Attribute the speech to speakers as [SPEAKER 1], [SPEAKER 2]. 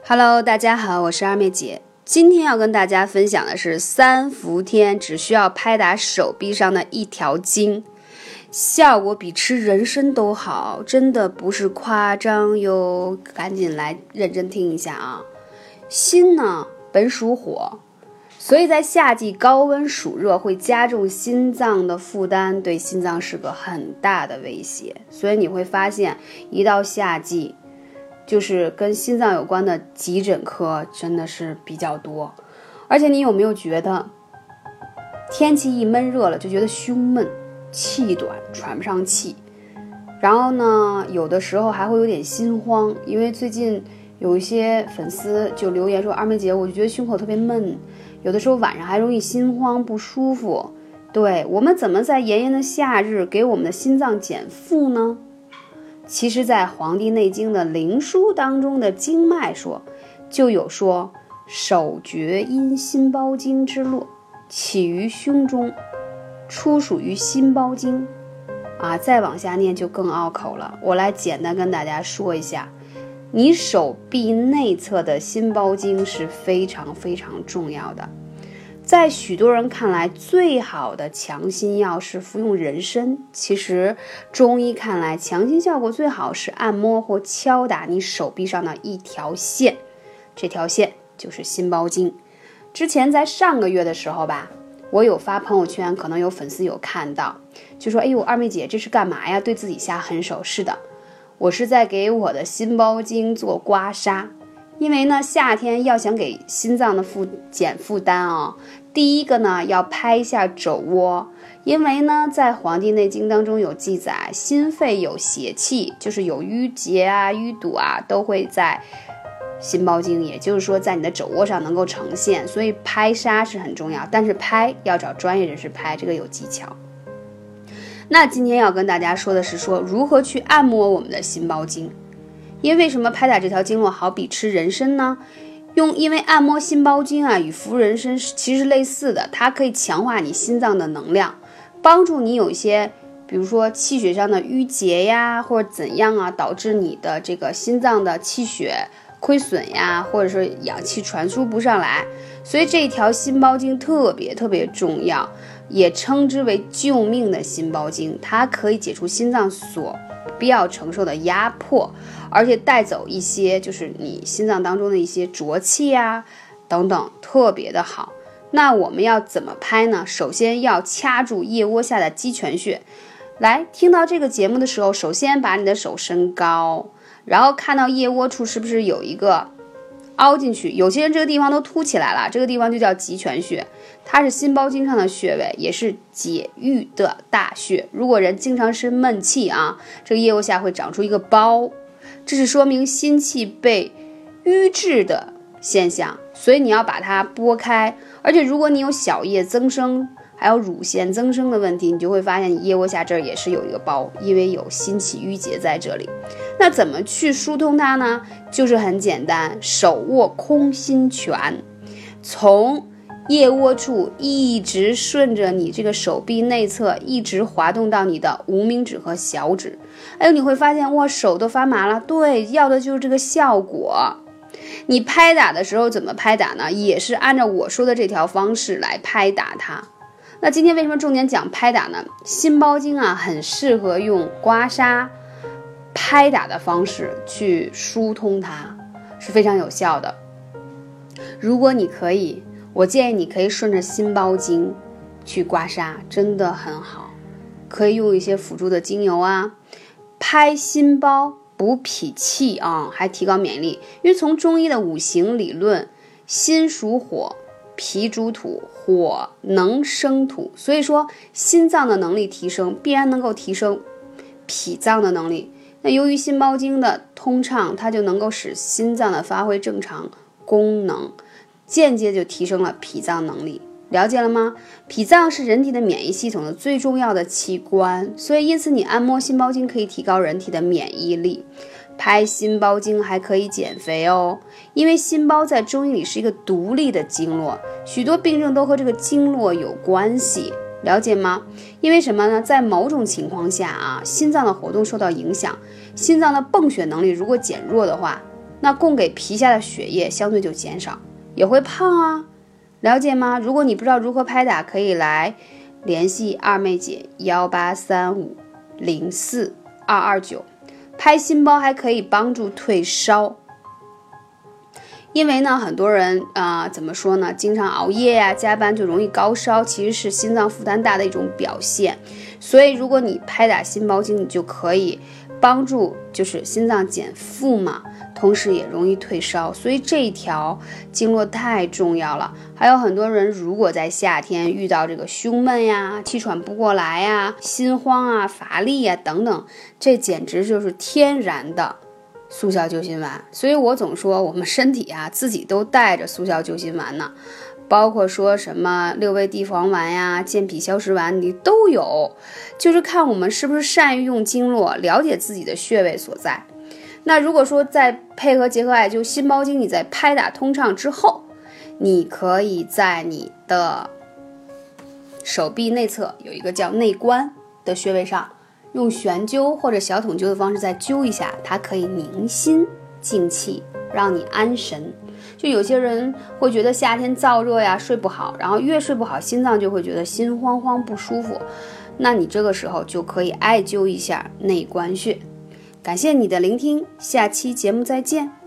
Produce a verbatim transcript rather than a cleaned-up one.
[SPEAKER 1] Hello， 大家好，我是二妹姐。今天要跟大家分享的是三伏天只需要拍打手臂上的一条筋，效果比吃人参都好，真的不是夸张哟。赶紧来认真听一下啊。心呢本属火，所以在夏季高温暑热会加重心脏的负担，对心脏是个很大的威胁。所以你会发现一到夏季就是跟心脏有关的急诊科真的是比较多。而且你有没有觉得天气一闷热了就觉得胸闷气短喘不上气，然后呢有的时候还会有点心慌，因为最近有一些粉丝就留言说，二妹姐我就觉得胸口特别闷，有的时候晚上还容易心慌不舒服。对，我们怎么在炎炎的夏日给我们的心脏减负呢？其实在《黄帝内经》的灵枢当中的经脉说就有说，手厥因心包经之络，起于胸中，出属于心包经啊。再往下念就更拗口了，我来简单跟大家说一下，你手臂内侧的心包经是非常非常重要的。在许多人看来，最好的强心药是服用人参。其实中医看来，强心效果最好是按摩或敲打你手臂上的一条线，这条线就是心包经。之前在上个月的时候吧，我有发朋友圈，可能有粉丝有看到，就说哎呦二妹姐这是干嘛呀，对自己下狠手。是的，我是在给我的心包经做刮痧。因为呢夏天要想给心脏的负减负担哦，第一个呢要拍一下肘窝。因为呢在《黄帝内经》当中有记载，心肺有邪气，就是有淤结啊淤堵啊都会在心包经，也就是说在你的肘窝上能够呈现，所以拍痧是很重要，但是拍要找专业人士拍，这个有技巧。那今天要跟大家说的是说如何去按摩我们的心包经。因为为什么拍打这条经络好比吃人参呢？用因为按摩心包经啊，与服人参其实类似的，它可以强化你心脏的能量，帮助你有一些比如说气血上的淤结呀，或者怎样啊，导致你的这个心脏的气血亏损呀，或者说氧气传输不上来。所以这一条心包经特别特别重要，也称之为救命的心包经，它可以解除心脏所必要承受的压迫，而且带走一些就是你心脏当中的一些浊气啊等等，特别的好。那我们要怎么拍呢？首先要掐住腋窝下的鸡泉穴。来，听到这个节目的时候，首先把你的手伸高，然后看到腋窝处是不是有一个凹进去，有些人这个地方都凸起来了，这个地方就叫极泉穴，它是心包经上的穴位，也是解郁的大穴。如果人经常生闷气啊，这个腋窝下会长出一个包，这是说明心气被瘀滞的现象，所以你要把它拨开。而且如果你有小叶增生还有乳腺增生的问题，你就会发现你腋窝下这儿也是有一个包，因为有心气郁结在这里。那怎么去疏通它呢？就是很简单，手握空心拳，从腋窝处一直顺着你这个手臂内侧一直滑动到你的无名指和小指。哎呦，你会发现哇，手都发麻了。对，要的就是这个效果。你拍打的时候怎么拍打呢？也是按照我说的这条方式来拍打它。那今天为什么重点讲拍打呢？心包经啊，很适合用刮痧拍打的方式去疏通它，是非常有效的。如果你可以，我建议你可以顺着心包经去刮痧，真的很好。可以用一些辅助的精油啊，拍心包补脾气啊，还提高免疫力。因为从中医的五行理论，心属火，脾主土，火能生土，所以说心脏的能力提升，必然能够提升脾脏的能力。那由于心包经的通畅，它就能够使心脏的发挥正常功能，间接就提升了脾脏能力。了解了吗？脾脏是人体的免疫系统的最重要的器官，所以因此你按摩心包经可以提高人体的免疫力。拍心包经还可以减肥哦，因为心包在中医里是一个独立的经络，许多病症都和这个经络有关系。了解吗？因为什么呢？在某种情况下啊，心脏的活动受到影响，心脏的泵血能力如果减弱的话， 那供给皮下的血液相对就减少，也会胖啊，了解吗？如果你不知道如何拍打，可以来联系二妹姐幺八三五零四二二九，拍心包还可以帮助退烧。因为呢，很多人啊、呃，怎么说呢？经常熬夜呀、啊、加班就容易高烧，其实是心脏负担大的一种表现。所以，如果你拍打心包经，你就可以帮助就是心脏减负嘛，同时也容易退烧。所以这一条经络太重要了。还有很多人如果在夏天遇到这个胸闷呀、气喘不过来呀、心慌啊、乏力呀等等，这简直就是天然的速效救心丸。所以我总说我们身体啊自己都带着速效救心丸呢，包括说什么六味地黄丸呀、健脾消食丸你都有，就是看我们是不是善于用经络，了解自己的穴位所在。那如果说再配合结合艾灸心包经，你在拍打通畅之后，你可以在你的手臂内侧有一个叫内关的穴位上，用悬灸或者小筒灸的方式再灸一下，它可以宁心静气，让你安神。就有些人会觉得夏天燥热呀，睡不好，然后越睡不好，心脏就会觉得心慌慌不舒服，那你这个时候就可以艾灸一下内关穴。感谢你的聆听，下期节目再见。